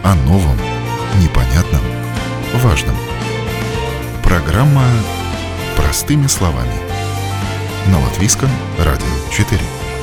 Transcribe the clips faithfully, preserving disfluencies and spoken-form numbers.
О новом, непонятном, важном. Программа «Простыми словами» на Латвийском радио четыре.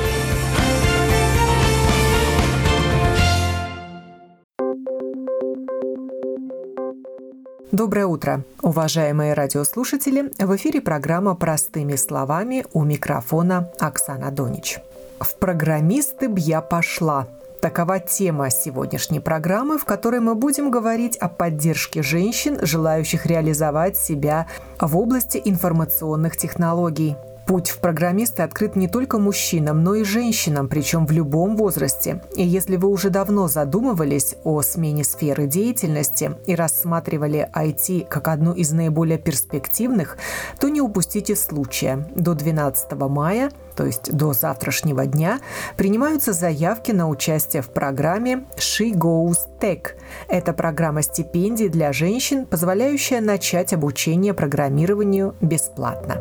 Доброе утро, уважаемые радиослушатели! В эфире программа «Простыми словами», у микрофона Оксана Донич. В программисты б я пошла. Такова тема сегодняшней программы, в которой мы будем говорить о поддержке женщин, желающих реализовать себя в области информационных технологий. Путь в программисты открыт не только мужчинам, но и женщинам, причем в любом возрасте. И если вы уже давно задумывались о смене сферы деятельности и рассматривали ай ти как одну из наиболее перспективных, то не упустите случая. До двенадцатого мая, то есть до завтрашнего дня, принимаются заявки на участие в программе She Goes Tech. Это программа стипендий для женщин, позволяющая начать обучение программированию бесплатно.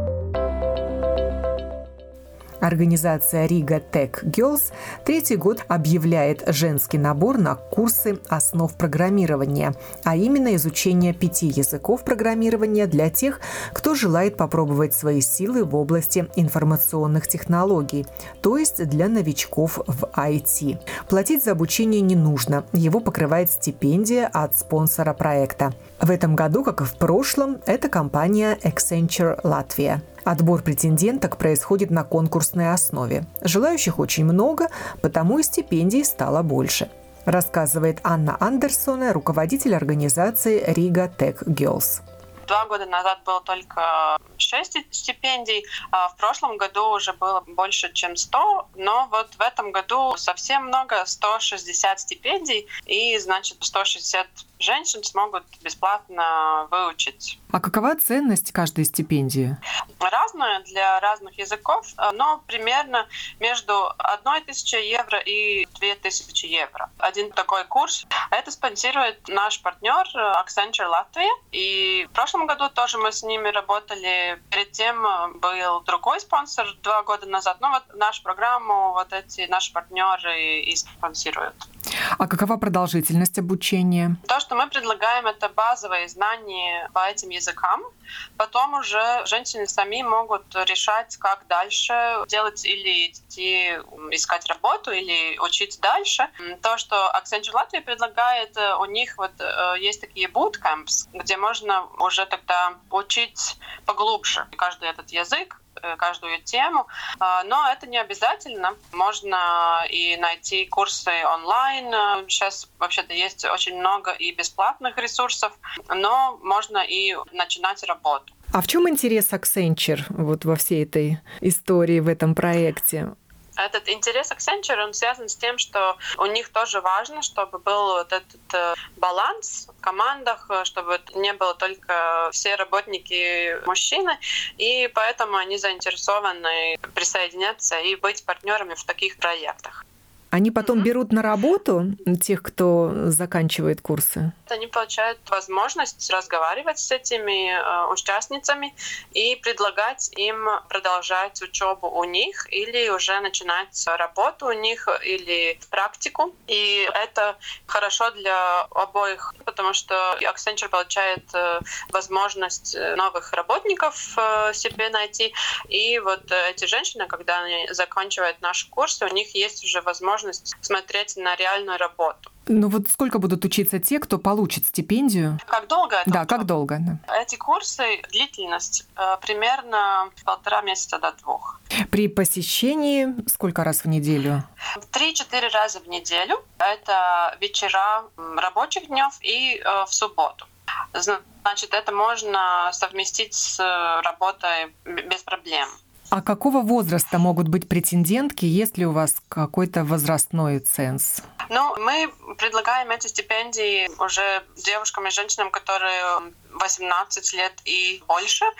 Организация Riga Tech Girls третий год объявляет женский набор на курсы основ программирования, а именно изучение пяти языков программирования для тех, кто желает попробовать свои силы в области информационных технологий, то есть для новичков в ай ти. Платить за обучение не нужно, его покрывает стипендия от спонсора проекта. В этом году, как и в прошлом, это компания Accenture Latvia. Отбор претенденток происходит на конкурсной основе. Желающих очень много, потому и стипендий стало больше, рассказывает Анна Андерсона, руководитель организации Riga Tech Girls. Два года назад было только шесть стипендий, а в прошлом году уже было больше, чем сто, но вот в этом году совсем много, сто шестьдесят стипендий, и, значит, сто шестьдесят женщин смогут бесплатно выучить. А какова ценность каждой стипендии? Разная для разных языков, но примерно между одной тысячей евро и две тысячи евро. Один такой курс, это спонсирует наш партнер Accenture Latvia, и в прошлом году тоже мы с ними работали. Перед тем был другой спонсор два года назад, но вот нашу программу вот эти наши партнеры и спонсируют. А какова продолжительность обучения? То, что мы предлагаем, это базовые знания по этим языкам. Потом уже женщины сами могут решать, как дальше делать, или идти искать работу, или учить дальше. То, что Accenture Latvia предлагает, у них вот есть такие bootcamps, где можно уже тогда учить поглубже каждый этот язык, каждую тему, но это не обязательно. Можно и найти курсы онлайн. Сейчас вообще-то есть очень много и бесплатных ресурсов, но можно и начинать работу. А в чем интерес Accenture вот во всей этой истории, в этом проекте? Этот интерес Accenture, он связан с тем, что у них тоже важно, чтобы был вот этот баланс в командах, чтобы не было только все работники мужчины, и поэтому они заинтересованы присоединяться и быть партнерами в таких проектах. Они потом mm-hmm. берут на работу тех, кто заканчивает курсы? Они получают возможность разговаривать с этими э, участницами и предлагать им продолжать учебу у них или уже начинать работу у них или практику. И это хорошо для обоих, потому что Accenture получает э, возможность новых работников э, себе найти. И вот эти женщины, когда они заканчивают наши курсы, у них есть уже возможность смотреть на реальную работу. Ну вот сколько будут учиться те, кто получит стипендию? Как долго это? Да, учеба? как долго. Да. Эти курсы, длительность э, примерно полтора месяца до двух. При посещении сколько раз в неделю? Три-четыре раза в неделю. Это вечера рабочих дней и э, в субботу. Значит, это можно совместить с работой без проблем. А какого возраста могут быть претендентки, есть ли у вас какой-то возрастной ценз? Ну, мы предлагаем эти стипендии уже девушкам и женщинам, которые восемнадцать лет и больше.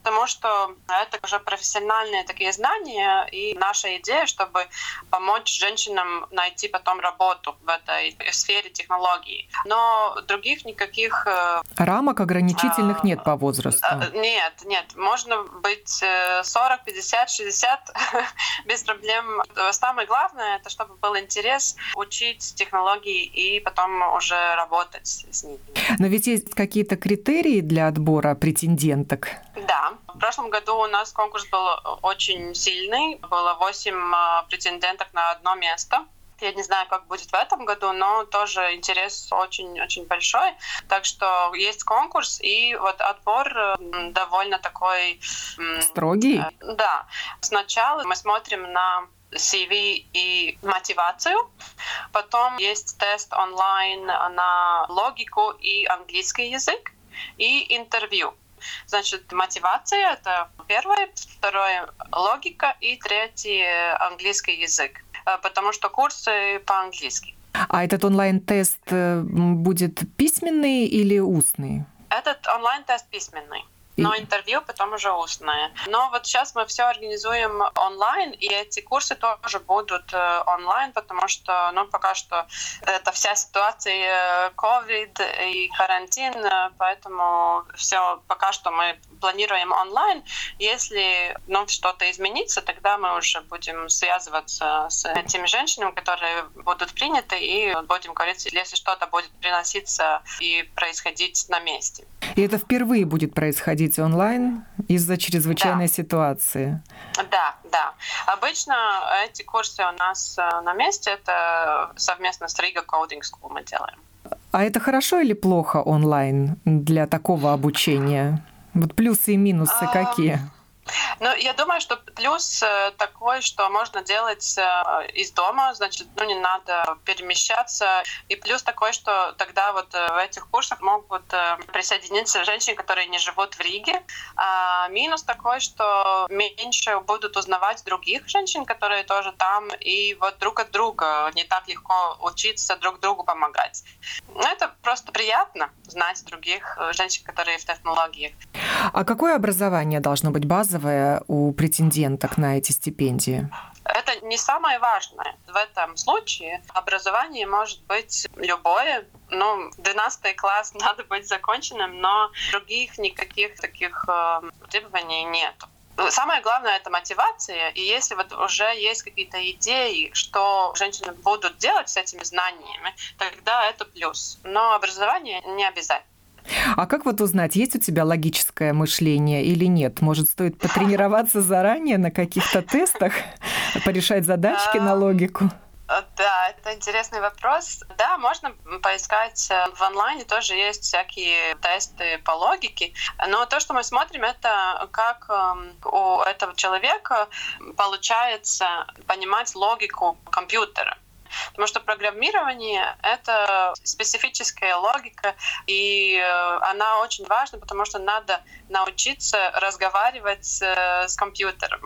потому что это уже профессиональные такие знания, и наша идея, чтобы помочь женщинам найти потом работу в этой сфере технологий. Но других никаких... Рамок ограничительных нет по возрасту? Нет, нет. Можно быть сорок, пятьдесят, шестьдесят без проблем. Самое главное, это чтобы был интерес учить технологии и потом уже работать с ними. Но ведь есть какие-то критерии для отбора претенденток? Да. В прошлом году у нас конкурс был очень сильный. Было восемь претенденток на одно место. Я не знаю, как будет в этом году, но тоже интерес очень-очень большой. Так что есть конкурс, и вот отбор довольно такой... Строгий? Да. Сначала мы смотрим на си ви и мотивацию. Потом есть тест онлайн на логику и английский язык, и интервью. Значит, мотивация — это первое, второе — логика, и третье — английский язык, потому что курсы по-английски. А этот онлайн-тест будет письменный или устный? Этот онлайн-тест письменный. Но интервью потом уже устное. Но вот сейчас мы все организуем онлайн, и эти курсы тоже будут онлайн, потому что, ну, пока что это вся ситуация ковид и карантин, поэтому все пока что мы планируем онлайн. Если, ну, что-то изменится, тогда мы уже будем связываться с этими женщинами, которые будут приняты, и будем говорить, если что-то будет приноситься и происходить на месте. И это впервые будет происходить онлайн из-за чрезвычайной да. ситуации? Да, да. Обычно эти курсы у нас на месте, это совместно с Riga Coding School мы делаем. А это хорошо или плохо онлайн для такого обучения? Вот плюсы и минусы а... какие? Ну, я думаю, что плюс такой, что можно делать из дома, значит, ну, не надо перемещаться. И плюс такой, что тогда вот в этих курсах могут присоединиться женщины, которые не живут в Риге. А минус такой, что меньше будут узнавать других женщин, которые тоже там, и вот друг от друга не так легко учиться, друг другу помогать. Ну, это просто приятно знать других женщин, которые в технологиях. А какое образование должно быть базовое у претенденток на эти стипендии? Это не самое важное. В этом случае образование может быть любое. Ну, двенадцатый класс надо быть законченным, но других никаких таких э, требований нет. Самое главное — это мотивация. И если вот уже есть какие-то идеи, что женщины будут делать с этими знаниями, тогда это плюс. Но образование не обязательно. А как вот узнать, есть у тебя логическое мышление или нет? Может, стоит потренироваться заранее на каких-то тестах, порешать задачки на логику? Да, это интересный вопрос. Да, можно поискать в онлайне, тоже есть всякие тесты по логике. Но то, что мы смотрим, это как у этого человека получается понимать логику компьютера. Потому что программирование — это специфическая логика, и она очень важна, потому что надо научиться разговаривать с компьютером.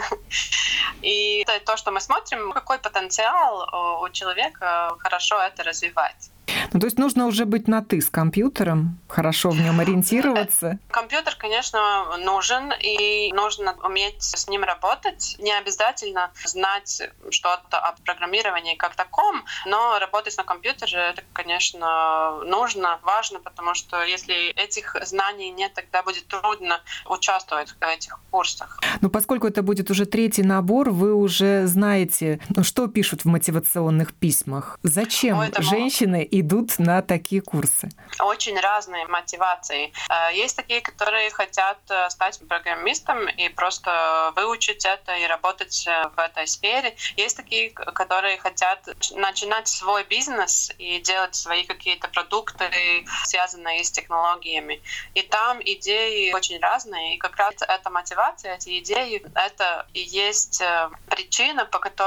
И это то, что мы смотрим, какой потенциал у человека хорошо это развивать. Ну, то есть нужно уже быть на «ты» с компьютером, хорошо в нем ориентироваться. Компьютер, конечно, нужен, и нужно уметь с ним работать. Не обязательно знать что-то о программировании как таком, но работать на компьютере — это, конечно, нужно, важно, потому что если этих знаний нет, тогда будет трудно участвовать в этих курсах. Ну, поскольку это будет уже третий набор, вы уже знаете, что пишут в мотивационных письмах. Зачем Ой, женщины идут на такие курсы? Очень разные мотивации. Есть такие, которые хотят стать программистом и просто выучить это и работать в этой сфере. Есть такие, которые хотят начинать свой бизнес и делать свои какие-то продукты, связанные с технологиями. И там идеи очень разные. И как раз эта мотивация, эти идеи, это и есть причина, по которой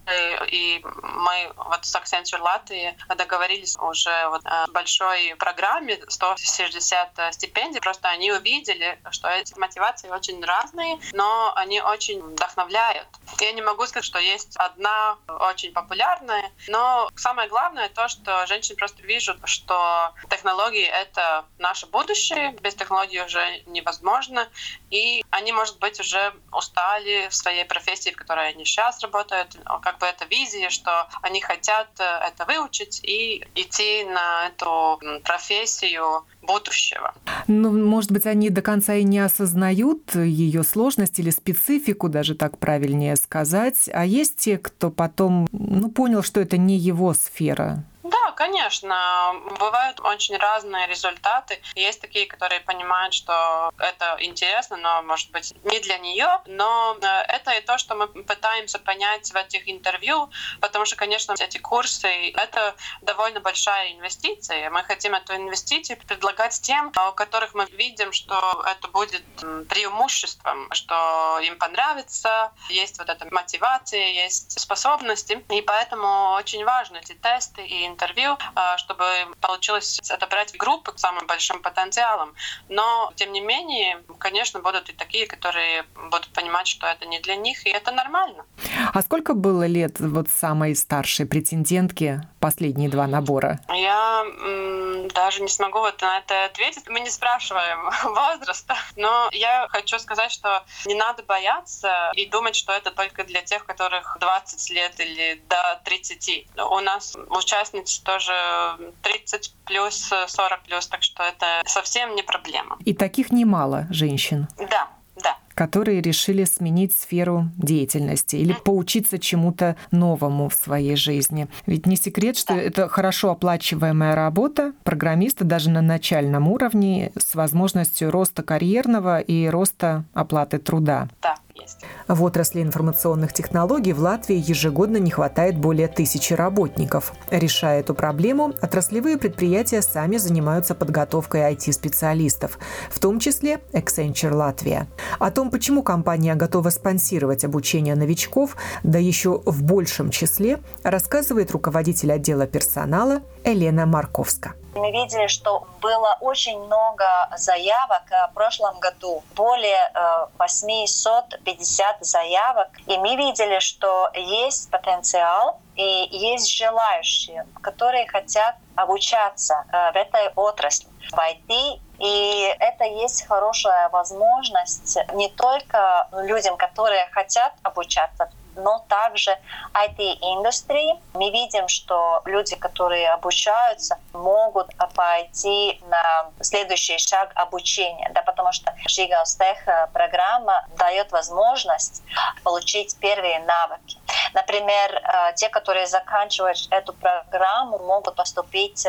и мы вот с Accenture Latvia договорились уже вот о большой программе сто шестьдесят стипендий. Просто они увидели, что эти мотивации очень разные, но они очень вдохновляют. Я не могу сказать, что есть одна очень популярная, но самое главное то, что женщины просто видят, что технологии — это наше будущее, без технологий уже невозможно, и они, может быть, уже устали в своей профессии, в которой они сейчас работают, как бы это визия, что они хотят это выучить и идти на эту профессию будущего. Ну, может быть, они до конца и не осознают ее сложность или специфику, даже так правильнее сказать. А есть те, кто потом ну, понял, что это не его сфера? Да, конечно. Бывают очень разные результаты. Есть такие, которые понимают, что это интересно, но, может быть, не для нее. Но это и то, что мы пытаемся понять в этих интервью, потому что, конечно, эти курсы — это довольно большая инвестиция. Мы хотим эту инвестицию предлагать тем, у которых мы видим, что это будет преимуществом, что им понравится, есть вот эта мотивация, есть способности. И поэтому очень важны эти тесты и интервью, чтобы получилось отобрать группы с самым большим потенциалом. Но, тем не менее, конечно, будут и такие, которые будут понимать, что это не для них, и это нормально. А сколько было лет вот самой старшей претендентки последние два набора? Я м, даже не смогу вот на это ответить. Мы не спрашиваем возраста, но я хочу сказать, что не надо бояться и думать, что это только для тех, которых двадцать лет или до тридцати. У нас участниц тоже тридцать плюс, сорок плюс, так что это совсем не проблема. И таких немало женщин. Да. Да. Которые решили сменить сферу деятельности или поучиться чему-то новому в своей жизни. Ведь не секрет, что да. это хорошо оплачиваемая работа программиста даже на начальном уровне с возможностью роста карьерного и роста оплаты труда. Да. Есть. В отрасли информационных технологий в Латвии ежегодно не хватает более тысячи работников. Решая эту проблему, отраслевые предприятия сами занимаются подготовкой ай ти-специалистов, в том числе Accenture Latvia. О том, почему компания готова спонсировать обучение новичков, да еще в большем числе, рассказывает руководитель отдела персонала Елена Марковска. Мы видели, что было очень много заявок в прошлом году, более восемьсот пятьдесят заявок. И мы видели, что есть потенциал и есть желающие, которые хотят обучаться в этой отрасли, в ай ти. И это есть хорошая возможность не только людям, которые хотят обучаться, но также ай ти-индустрии. Мы видим, что люди, которые обучаются, могут пойти на следующий шаг обучения, да, потому что Жигалстех программа дает возможность получить первые навыки. Например, те, которые заканчивают эту программу, могут поступить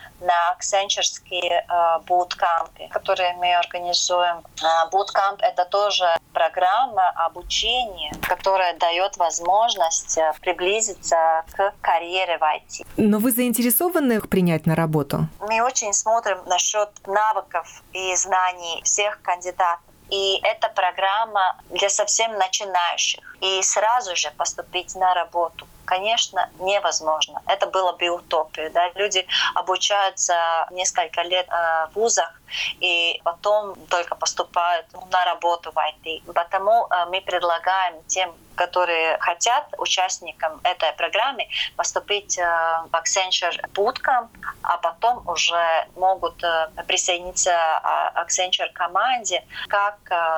на аксенчерские буткампы, которые мы организуем. Буткамп — это тоже программа обучения, которая дает возможность приблизиться к карьере в ай ти. Но вы заинтересованы их принять на работу? Мы очень смотрим насчет навыков и знаний всех кандидатов. И эта программа для совсем начинающих. И сразу же поступить на работу, конечно, невозможно. Это было бы утопия. Да? Люди обучаются несколько лет в вузах и потом только поступают на работу в ай ти. Потому мы предлагаем тем, которые хотят участникам этой программы, поступить в Accenture Bootcamp, а потом уже могут присоединиться к Accenture команде как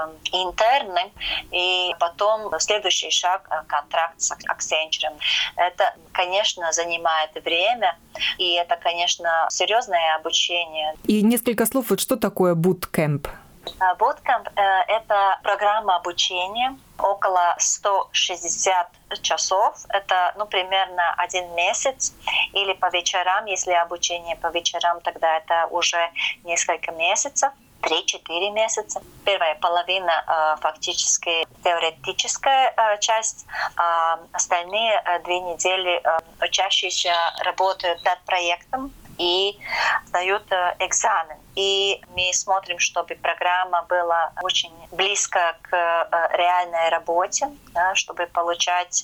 интерны, и потом следующий шаг — контракт с Accenture. Это, конечно, занимает время, и это, конечно, серьезное обучение. И несколько слов, вот что такое Bootcamp? Bootcamp — это программа обучения, около сто шестьдесят часов. Это, ну, примерно один месяц. Или по вечерам, если обучение по вечерам, тогда это уже несколько месяцев. три-четыре месяца. Первая половина э, фактически теоретическая э, часть, а остальные э, две недели э, учащиеся работают над проектом. и сдают экзамен. И мы смотрим, чтобы программа была очень близко к реальной работе, да, чтобы получать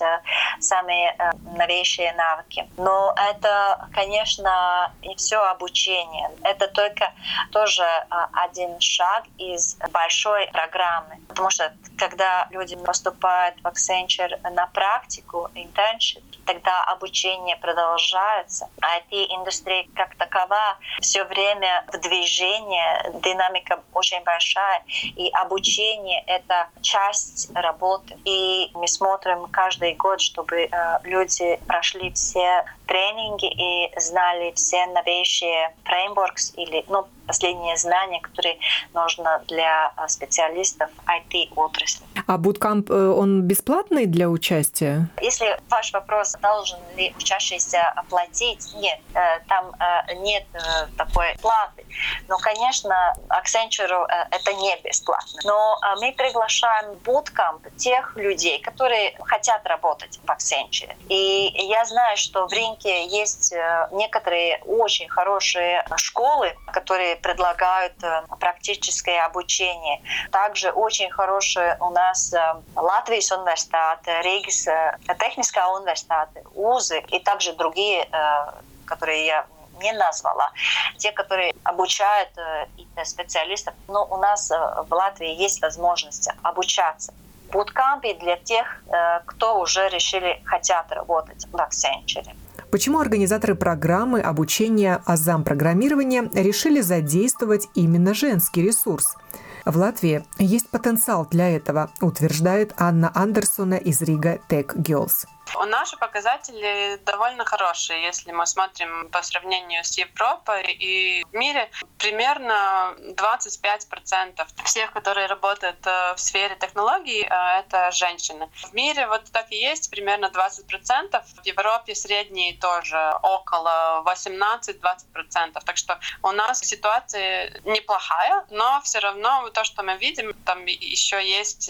самые новейшие навыки. Но это, конечно, не все обучение. Это только тоже один шаг из большой программы. Потому что когда люди поступают в Accenture на практику, internship, тогда обучение продолжается. ай ти-индустрия как такова все время в движении, динамика очень большая, и обучение — это часть работы. И мы смотрим каждый год, чтобы э, люди прошли все тренинги и знали все новейшие фреймворкс или ну, последние знания, которые нужны для специалистов ай ти-отрасли. А буткамп, он бесплатный для участия? Если ваш вопрос, должен ли учащийся оплатить, нет, там нет такой платы. Но, конечно, Accenture это не бесплатно. Но мы приглашаем в буткамп тех людей, которые хотят работать в Accenture. И я знаю, что в Ринке есть некоторые очень хорошие школы, которые предлагают практическое обучение. Также очень хорошие у нас Латвийс университет, Ригас технический университет, УЗы и также другие, которые я не назвала. Те, которые обучают специалистов. Но у нас в Латвии есть возможность обучаться. Буткампы для тех, кто уже решили, хотят работать в Accenture. Почему организаторы программы обучения азам программирования решили задействовать именно женский ресурс? В Латвии есть потенциал для этого, утверждает Анна Андерсона из Рига Tech Girls. Наши показатели довольно хорошие, если мы смотрим по сравнению с Европой и в мире. Примерно двадцать пять процентов всех, которые работают в сфере технологий, это женщины. В мире вот так и есть, примерно двадцать процентов. В Европе средний тоже около восемнадцать-двадцать процентов. Так что у нас ситуация неплохая, но все равно то, что мы видим, там еще есть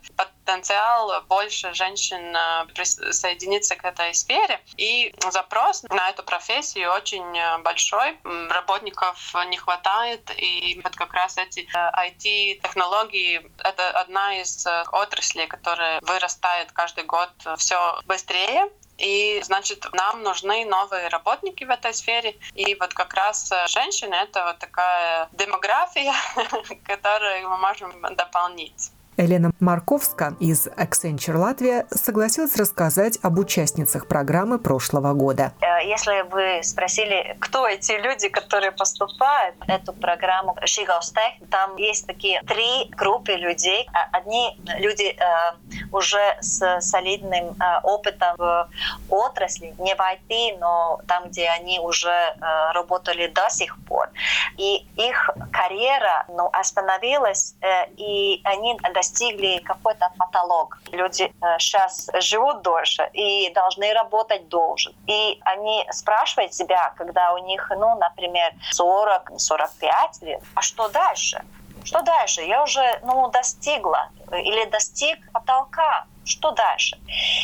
потенциал больше женщин присоединиться к этой сфере. И запрос на эту профессию очень большой. Работников не хватает. И вот как раз эти ай ти-технологии — это одна из отраслей, которая вырастает каждый год все быстрее. И, значит, нам нужны новые работники в этой сфере. И вот как раз женщины — это вот такая демография, которую мы можем дополнить. Елена Марковска из Accenture Латвия согласилась рассказать об участницах программы прошлого года. Если вы спросили, кто эти люди, которые поступают в эту программу Шигаустех, там есть такие три группы людей. Одни люди э, уже с солидным э, опытом в отрасли, не в ай ти, но там, где они уже э, работали до сих пор. И их карьера ну, остановилась, э, и они достигли какой-то потолок. Люди э, сейчас живут дольше и должны работать дольше. И они спрашивают себя, когда у них, ну, например, сорок-сорок пять лет, а что дальше? Что дальше? Я уже, ну, достигла или достиг потолка. Что дальше?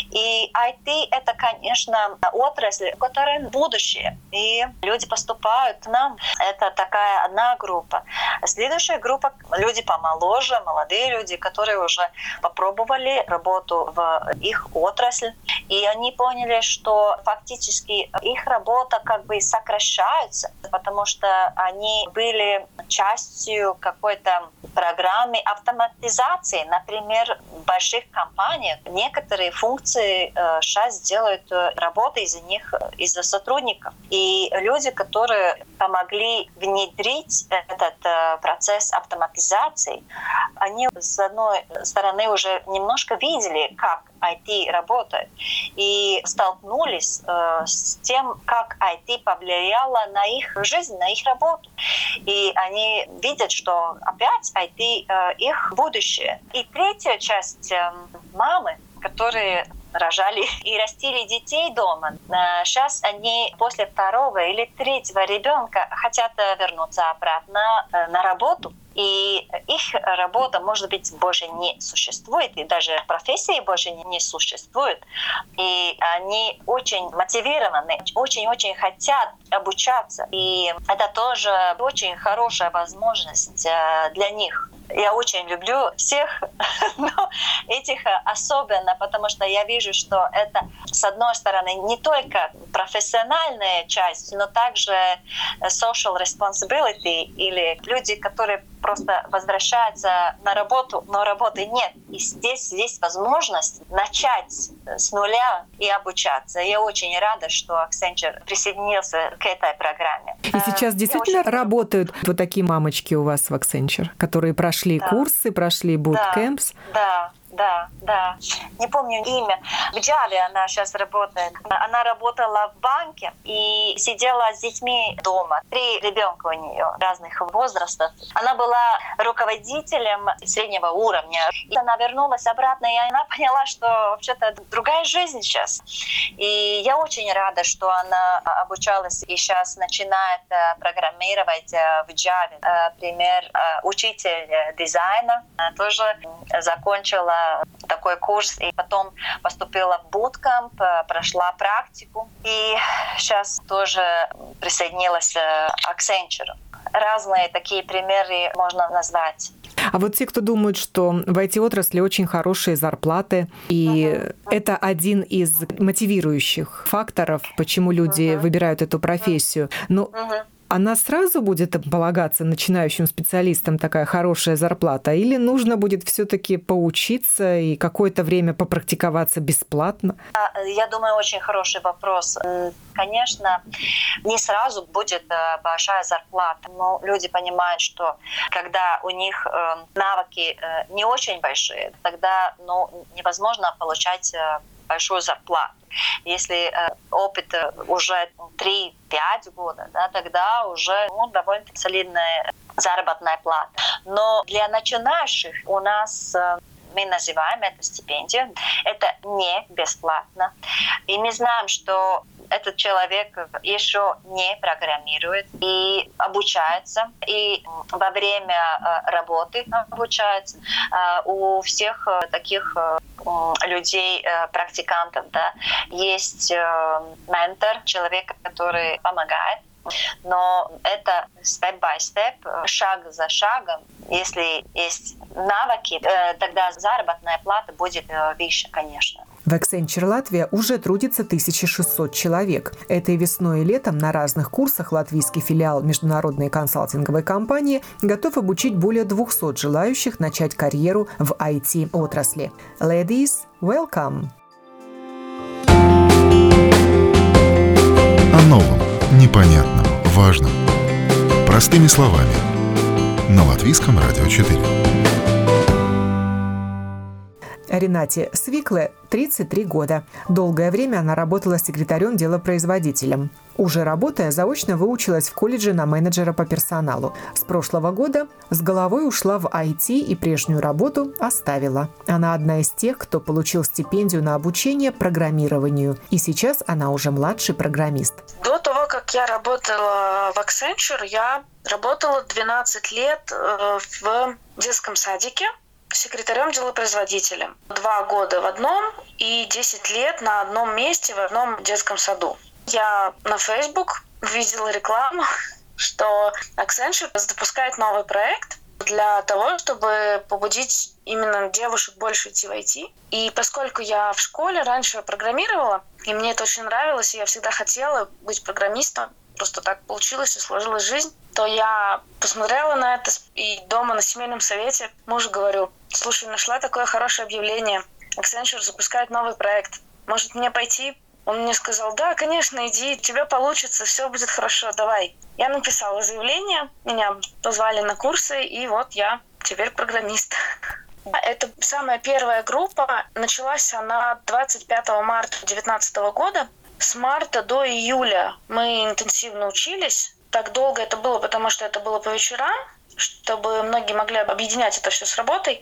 И ай ти — это, конечно, отрасль, которая будущее. И люди поступают к нам. Это такая одна группа. Следующая группа — люди помоложе, молодые люди, которые уже попробовали работу в их отрасли. И они поняли, что фактически их работа как бы сокращается, потому что они были частью какой-то программы автоматизации, например, в больших компаниях. Некоторые функции э, сейчас делают э, работу из-за них, из-за сотрудников. И люди, которые помогли внедрить этот э, процесс автоматизации, они, с одной стороны, уже немножко видели, как ай ти работает, и столкнулись э, с тем, как ай ти повлияло на их жизнь, на их работу. И они видят, что опять ай ти э, их будущее. И третья часть э, мамы, которые рожали и растили детей дома. Сейчас они после второго или третьего ребенка хотят вернуться обратно на работу. и их работа, может быть, больше не существует, и даже профессии больше не существует. И они очень мотивированы, очень-очень хотят обучаться. И это тоже очень хорошая возможность для них. Я очень люблю всех, но этих особенно, потому что я вижу, что это, с одной стороны, не только профессиональная часть, но также social responsibility, или люди, которые просто возвращаются на работу, но работы нет. И здесь есть возможность начать с нуля и обучаться. Я очень рада, что Accenture присоединился к этой программе. И сейчас действительно очень... работают вот такие мамочки у вас в Accenture, которые прошли да. курсы, прошли bootcamps? Да, да, да. Не помню имя. В Java она сейчас работает. Она работала в банке и сидела с детьми дома. Три ребенка у нее разных возрастов. Она была руководителем среднего уровня. И она вернулась обратно, и она поняла, что вообще-то другая жизнь сейчас. И я очень рада, что она обучалась и сейчас начинает программировать в Java. Например, учитель дизайна тоже закончила такой курс, и потом поступила в bootcamp, прошла практику, и сейчас тоже присоединилась к Accenture. Разные такие примеры можно назвать. А вот те, кто думают, что в ай ти-отрасли очень хорошие зарплаты, и uh-huh. это один из мотивирующих факторов, почему люди uh-huh. выбирают эту профессию. Но uh-huh. она сразу будет полагаться начинающим специалистам, такая хорошая зарплата, или нужно будет все-таки поучиться и какое-то время попрактиковаться бесплатно? Я думаю, очень хороший вопрос. Конечно, не сразу будет большая зарплата, но люди понимают, что когда у них навыки не очень большие, тогда ну, невозможно получать большую зарплату. Если э, опыт уже три-пять года, да, тогда уже ну, довольно солидная заработная плата. Но для начинающих у нас э, мы называем это стипендия. Это не бесплатно. И мы знаем, что этот человек еще не программирует и обучается, и во время работы обучается. У всех таких людей, практикантов, да, есть ментор, человек, который помогает. Но это степ-бай-степ, шаг за шагом. Если есть навыки, тогда заработная плата будет выше, конечно. В Accenture Латвия уже трудится тысяча шестьсот человек. Этой весной и летом на разных курсах латвийский филиал международной консалтинговой компании готов обучить более двухсот желающих начать карьеру в ай ти-отрасли. Ladies, welcome! О новом, непонятном, важном. Простыми словами. На Латвийском радио четыре. Ренате Свикле тридцать три года. Долгое время она работала секретарем-делопроизводителем. Уже работая, заочно выучилась в колледже на менеджера по персоналу. С прошлого года с головой ушла в ай ти и прежнюю работу оставила. Она одна из тех, кто получил стипендию на обучение программированию. И сейчас она уже младший программист. До того, как я работала в Accenture, я работала двенадцать лет в детском садике секретарем-делопроизводителем. Два года в одном и десять лет на одном месте в одном детском саду. Я на Facebook видела рекламу, что Accenture запускает новый проект для того, чтобы побудить именно девушек больше идти в ай ти. И поскольку я в школе раньше программировала, и мне это очень нравилось, и я всегда хотела быть программистом, просто так получилось и сложилась жизнь, то я посмотрела на это и дома на семейном совете мужу говорю: слушай, нашла такое хорошее объявление, Accenture запускает новый проект, может мне пойти? Он мне сказал: да, конечно, иди, у тебя получится, все будет хорошо, давай. Я написала заявление, меня позвали на курсы, и вот я теперь программист. Это самая первая группа, началась она двадцать пятого марта две тысячи девятнадцатого года. С марта до июля мы интенсивно учились. Так долго это было, потому что это было по вечерам. чтобы многие могли объединять это все с работой.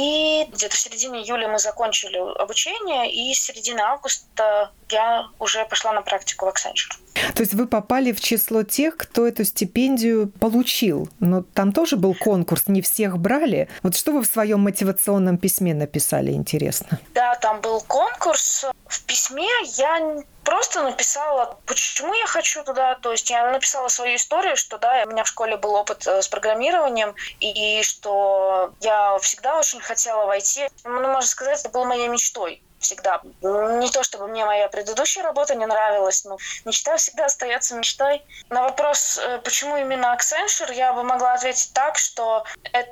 И где-то в середине июля мы закончили обучение, и с середины августа я уже пошла на практику в Accenture. То есть вы попали в число тех, кто эту стипендию получил. Но там тоже был конкурс, не всех брали. Вот что вы в своем мотивационном письме написали, интересно? Да, там был конкурс. В письме я просто написала, почему я хочу туда. То есть я написала свою историю, что да, у меня в школе был опыт с программированием, и что я всегда очень хотела войти. Ну, можно сказать, это было моей мечтой. Всегда. Не то, чтобы мне моя предыдущая работа не нравилась, но мечта всегда остается мечтой. На вопрос, почему именно Accenture, я бы могла ответить так, что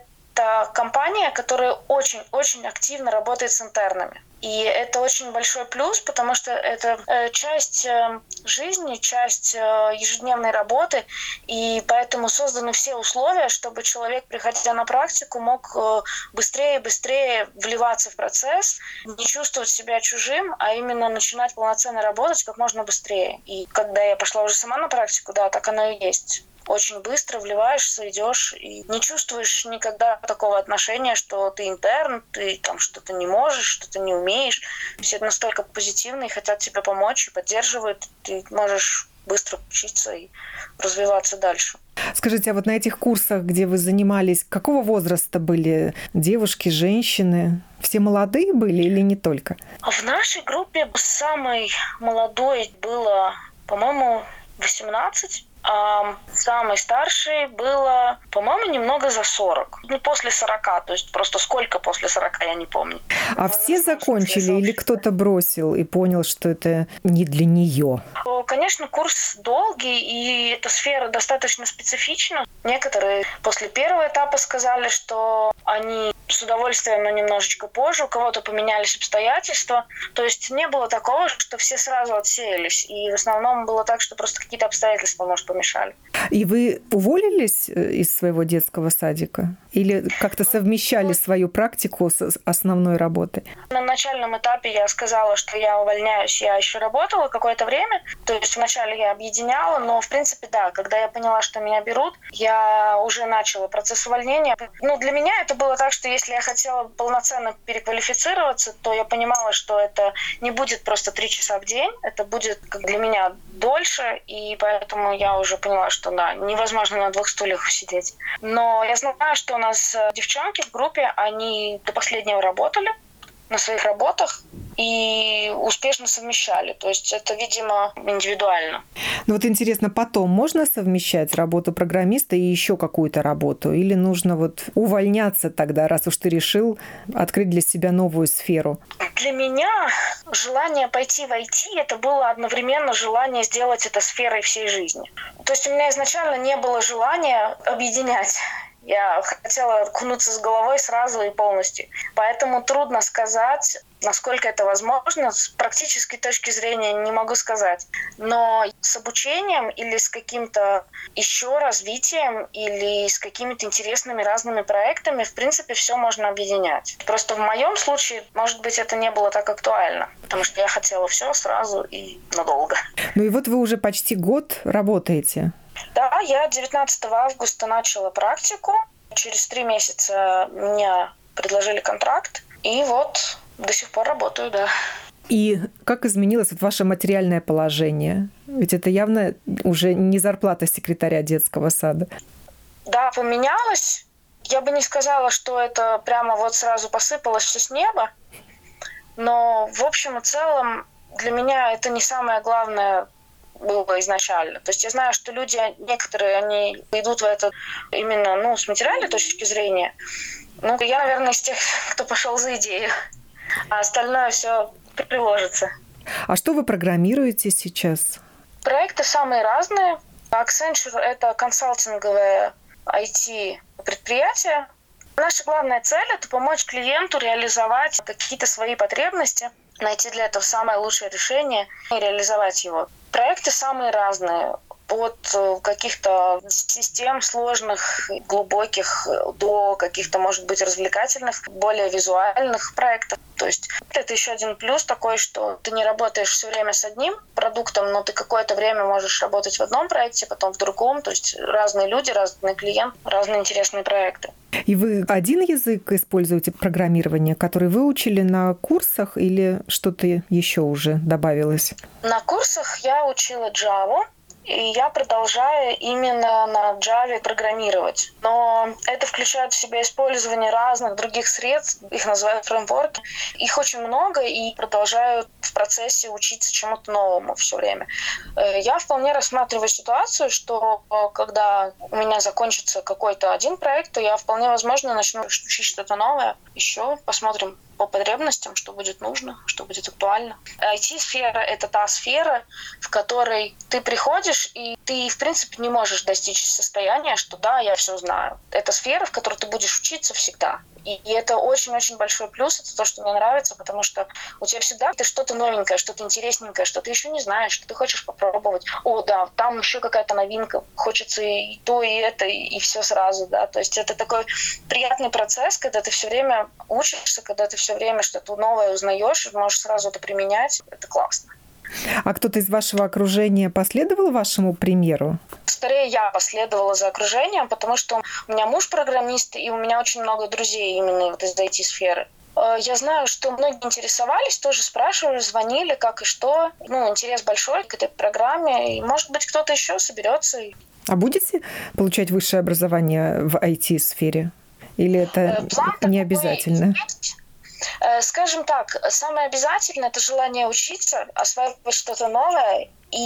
это компания, которая очень-очень активно работает с интернами. И это очень большой плюс, потому что это часть жизни, часть ежедневной работы, и поэтому созданы все условия, чтобы человек, приходя на практику, мог быстрее и быстрее вливаться в процесс, не чувствовать себя чужим, а именно начинать полноценно работать как можно быстрее. И когда я пошла уже сама на практику, да, так оно и есть. Очень быстро вливаешься, идешь и не чувствуешь никогда такого отношения, что ты интерн, ты там что-то не можешь, что-то не умеешь. Все настолько позитивные, хотят тебе помочь и поддерживают. Ты можешь быстро учиться и развиваться дальше. Скажите, а вот на этих курсах, где вы занимались, какого возраста были девушки, женщины? Все молодые были или не только? В нашей группе самой молодой было, по-моему, восемнадцать. А самой старшей было, по-моему, немного за сорок. Ну, после сорока, то есть просто сколько после сорока, я не помню. А все закончили или кто-то бросил и понял, что это не для нее? Конечно, курс долгий, и эта сфера достаточно специфична. Некоторые после первого этапа сказали, что они с удовольствием, но немножечко позже. У кого-то поменялись обстоятельства. То есть не было такого, что все сразу отсеялись. И в основном было так, что просто какие-то обстоятельства, может, помешали. И вы уволились из своего детского садика? Или как-то совмещали свою практику с основной работой? На начальном этапе я сказала, что я увольняюсь. Я еще работала какое-то время. То есть вначале я объединяла, но, в принципе, да, когда я поняла, что меня берут, я уже начала процесс увольнения. Ну, для меня это было так, что если я хотела полноценно переквалифицироваться, то я понимала, что это не будет просто три часа в день, это будет как для меня дольше, и поэтому я уже поняла, что да, невозможно на двух стульях сидеть. Но я знаю, что у нас девчонки в группе, они до последнего работали на своих работах и успешно совмещали. То есть это, видимо, индивидуально. Ну вот интересно, потом можно совмещать работу программиста и еще какую-то работу? Или нужно вот увольняться тогда, раз уж ты решил открыть для себя новую сферу? Для меня желание пойти в ай ти – это было одновременно желание сделать это сферой всей жизни. То есть у меня изначально не было желания объединять. Я хотела окунуться с головой сразу и полностью. Поэтому трудно сказать, насколько это возможно. С практической точки зрения не могу сказать. Но с обучением или с каким-то еще развитием или с какими-то интересными разными проектами, в принципе, все можно объединять. Просто в моем случае, может быть, это не было так актуально, потому что я хотела все сразу и надолго. Ну и вот вы уже почти год работаете. Да, я девятнадцатого августа начала практику. Через три месяца мне предложили контракт. И вот до сих пор работаю, да. И как изменилось вот ваше материальное положение? Ведь это явно уже не зарплата секретаря детского сада. Да, поменялось. Я бы не сказала, что это прямо вот сразу посыпалось все с неба. Но в общем и целом для меня это не самое главное было изначально. То есть я знаю, что люди, некоторые, они идут в это именно ну, с материальной точки зрения. Ну, я, наверное, из тех, кто пошел за идею. А остальное все приложится. А что вы программируете сейчас? Проекты самые разные. Accenture — это консалтинговое ай ти-предприятие. Наша главная цель — это помочь клиенту реализовать какие-то свои потребности, найти для этого самое лучшее решение и реализовать его. Проекты самые разные. от каких-то систем сложных, глубоких, до каких-то, может быть, развлекательных, более визуальных проектов. То есть это еще один плюс такой, что ты не работаешь все время с одним продуктом, но ты какое-то время можешь работать в одном проекте, потом в другом. То есть разные люди, разные клиенты, разные интересные проекты. И вы один язык используете программирование, который выучили на курсах, или что-то еще уже добавилось? На курсах я учила Java, и я продолжаю именно на Java программировать. Но это включает в себя использование разных других средств, их называют фреймворки. Их очень много, и продолжаю в процессе учиться чему-то новому все время. Я вполне рассматриваю ситуацию, что когда у меня закончится какой-то один проект, то я вполне возможно начну учить что-то новое. Еще посмотрим по потребностям, что будет нужно, что будет актуально. ай ти-сфера — это та сфера, в которой ты приходишь, и ты, в принципе, не можешь достичь состояния, что да, я все знаю. Это сфера, в которой ты будешь учиться всегда. И, и это очень-очень большой плюс, это то, что мне нравится, потому что у тебя всегда ты что-то новенькое, что-то интересненькое, что ты еще не знаешь, что ты хочешь попробовать. О, да, там еще какая-то новинка, хочется и то, и это, и, и все сразу, да. То есть это такой приятный процесс, когда ты все время учишься, когда ты все время что-то новое узнаешь, и можешь сразу это применять. Это классно. А кто-то из вашего окружения последовал вашему примеру? Скорее, я последовала за окружением, потому что у меня муж программист, и у меня очень много друзей именно вот из ай ти-сферы. Я знаю, что многие интересовались, тоже спрашивали, звонили, как и что. Ну, интерес большой к этой программе, и, может быть, кто-то еще соберется. А будете получать высшее образование в ай ти-сфере? Или это План не обязательно? Есть. Скажем так, самое обязательное — это желание учиться, осваивать что-то новое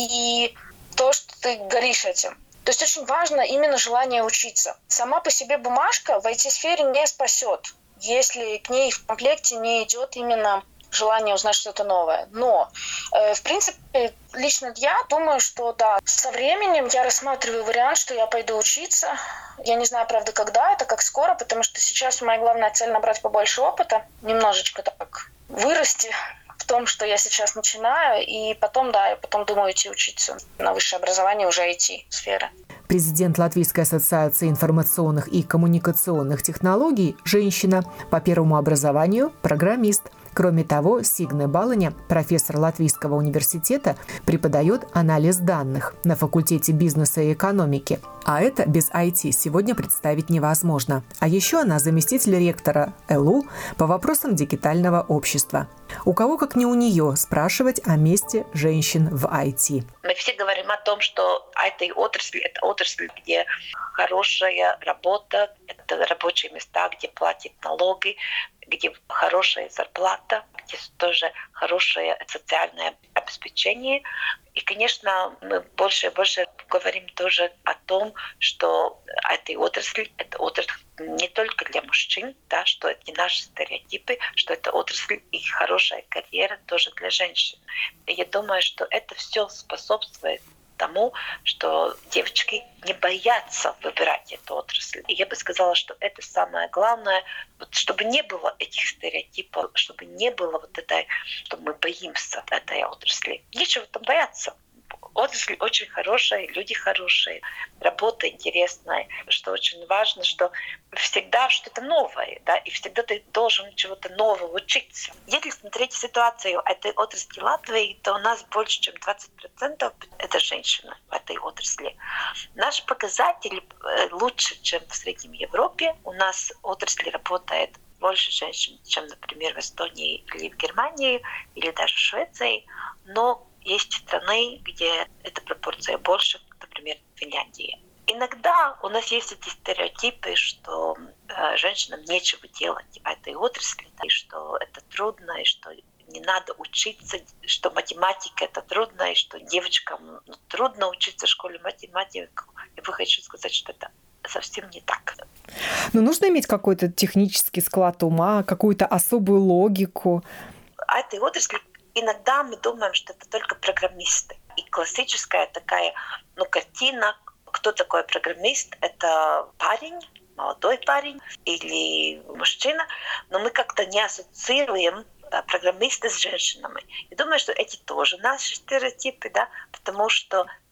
и то, что ты горишь этим. То есть очень важно именно желание учиться. Сама по себе бумажка в ай ти-сфере не спасет, если к ней в комплекте не идет именно желание узнать что-то новое. Но, э, в принципе, лично я думаю, что да, со временем я рассматриваю вариант, что я пойду учиться. Я не знаю, правда, когда это, как скоро, потому что сейчас моя главная цель — набрать побольше опыта, немножечко так вырасти в том, что я сейчас начинаю, и потом, да, я потом думаю идти учиться на высшее образование уже ай ти-сферы. Президент Латвийской ассоциации информационных и коммуникационных технологий, женщина, по первому образованию программист. Кроме того, Сигне Баланя, профессор Латвийского университета, преподает анализ данных на факультете бизнеса и экономики. А это без ай ти сегодня представить невозможно. А еще она заместитель ректора эл у по вопросам дигитального общества. У кого, как не у нее, спрашивать о месте женщин в ай ти. Мы все говорим о том, что ай ти-отрасль — это отрасль, где хорошая работа, это рабочие места, где платят налоги, где хорошая зарплата, где тоже хорошее социальное обеспечение. И, конечно, мы больше и больше говорим тоже о том, что ай ти-отрасль — это отрасль не только для мужчин, да, что это не наши стереотипы, что это отрасль и хорошая карьера тоже для женщин. И я думаю, что это все способствует тому, что девочки не боятся выбирать эту отрасль. И я бы сказала, что это самое главное, вот, чтобы не было этих стереотипов, чтобы не было вот этой, что мы боимся этой отрасли. Нечего там бояться. Отрасль очень хорошая, люди хорошие, работа интересная. Что очень важно, что всегда что-то новое, да, и всегда ты должен чего-то нового учиться. Если смотреть ситуацию этой отрасли Латвии, то у нас больше, чем двадцать процентов это женщины в этой отрасли. Наш показатель лучше, чем в Средней Европе. У нас отрасль работает больше женщин, чем, например, в Эстонии или в Германии, или даже в Швеции. Но есть страны, где эта пропорция больше, например, в Финляндии. Иногда у нас есть эти стереотипы, что э, женщинам нечего делать в этой отрасли, да, и что это трудно, и что не надо учиться, что математика — это трудно, и что девочкам ну, трудно учиться в школе математику. Я бы хочу сказать, что это совсем не так. Но нужно иметь какой-то технический склад ума, какую-то особую логику. А этой отрасли иногда мы думаем, что это только программисты. И классическая такая ну, картина, кто такой программист, это парень, молодой парень или мужчина, но мы как-то не ассоциируем программисты с женщинами. И думаю, что эти тоже наши стереотипы, да, потому что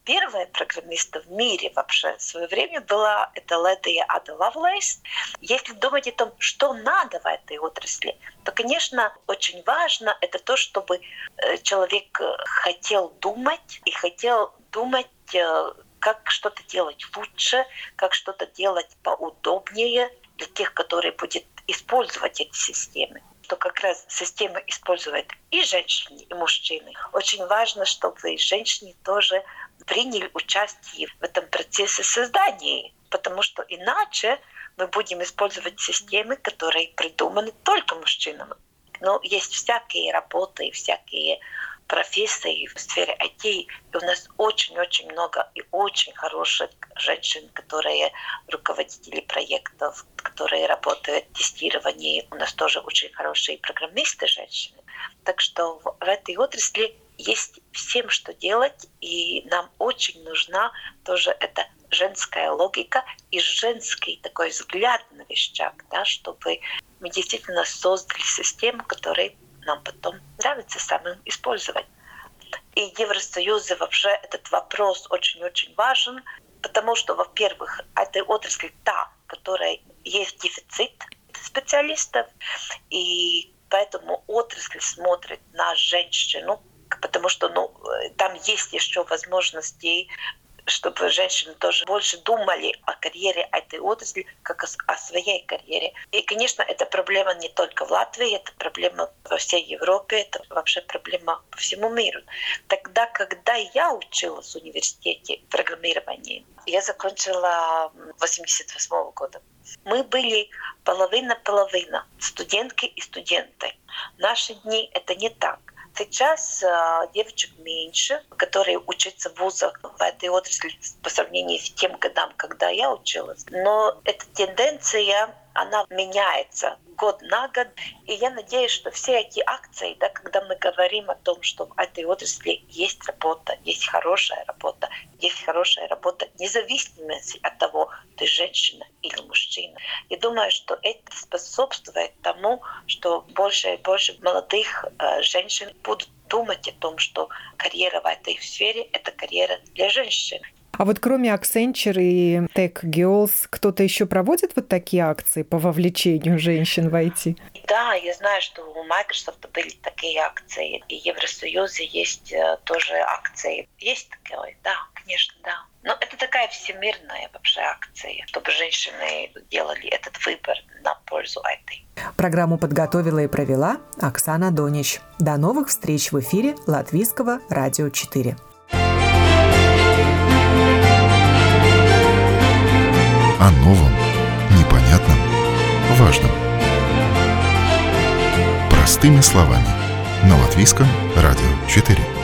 Первая программиста в мире вообще в свое время была это леди Ада Лавлейс. Если думать о том, что надо в этой отрасли, то, конечно, очень важно это то, чтобы человек хотел думать и хотел думать, как что-то делать лучше, как что-то делать поудобнее для тех, которые будут использовать эти системы. Что как раз система использует и женщины, и мужчины. Очень важно, чтобы женщины тоже приняли участие в этом процессе создания, потому что иначе мы будем использовать системы, которые придуманы только мужчинам. Но есть всякие работы и всякие профессии в сфере ай ти, и у нас очень-очень много и очень хороших женщин, которые руководители проектов, которые работают в тестировании. У нас тоже очень хорошие программисты женщины. Так что в этой отрасли есть всем, что делать, и нам очень нужна тоже эта женская логика и женский такой взгляд на вещах, да, чтобы мы действительно создали систему, которая нам потом нравится самим использовать. И в Евросоюзе вообще этот вопрос очень-очень важен, потому что, во-первых, эта отрасль та, которая есть дефицит специалистов, и поэтому отрасль смотрит на женщину, потому что ну, там есть еще возможности, чтобы женщины тоже больше думали о карьере этой отрасли, как о своей карьере. И, конечно, это проблема не только в Латвии, это проблема во всей Европе, это вообще проблема по всему миру. Тогда, когда я училась в университете программирования, я закончила восемьдесят восьмого года. Мы были половина-половина, студентки и студенты. В наши дни это не так. Сейчас э, девочек меньше, которые учатся в вузах в этой отрасли по сравнению с тем годам, когда я училась. Но эта тенденция, она меняется год на год. И я надеюсь, что все эти акции, да, когда мы говорим о том, что в этой отрасли есть работа, есть хорошая работа, есть хорошая работа, независимо от того, ты женщина или мужчина. Я думаю, что это способствует тому, что больше и больше молодых э, женщин будут думать о том, что карьера в этой сфере — это карьера для женщин. А вот кроме Accenture и Tech Girls, кто-то еще проводит вот такие акции по вовлечению женщин в ай ти? Да, я знаю, что у Microsoft были такие акции, и в Евросоюзе есть тоже акции. Есть такое, да, конечно, да. Но это такая всемирная вообще акция, чтобы женщины делали этот выбор на пользу ай ти. Программу подготовила и провела Оксана Донич. До новых встреч в эфире Латвийского радио четыре. О новом, непонятном, важном. Простыми словами. На Латвийском радио четыре.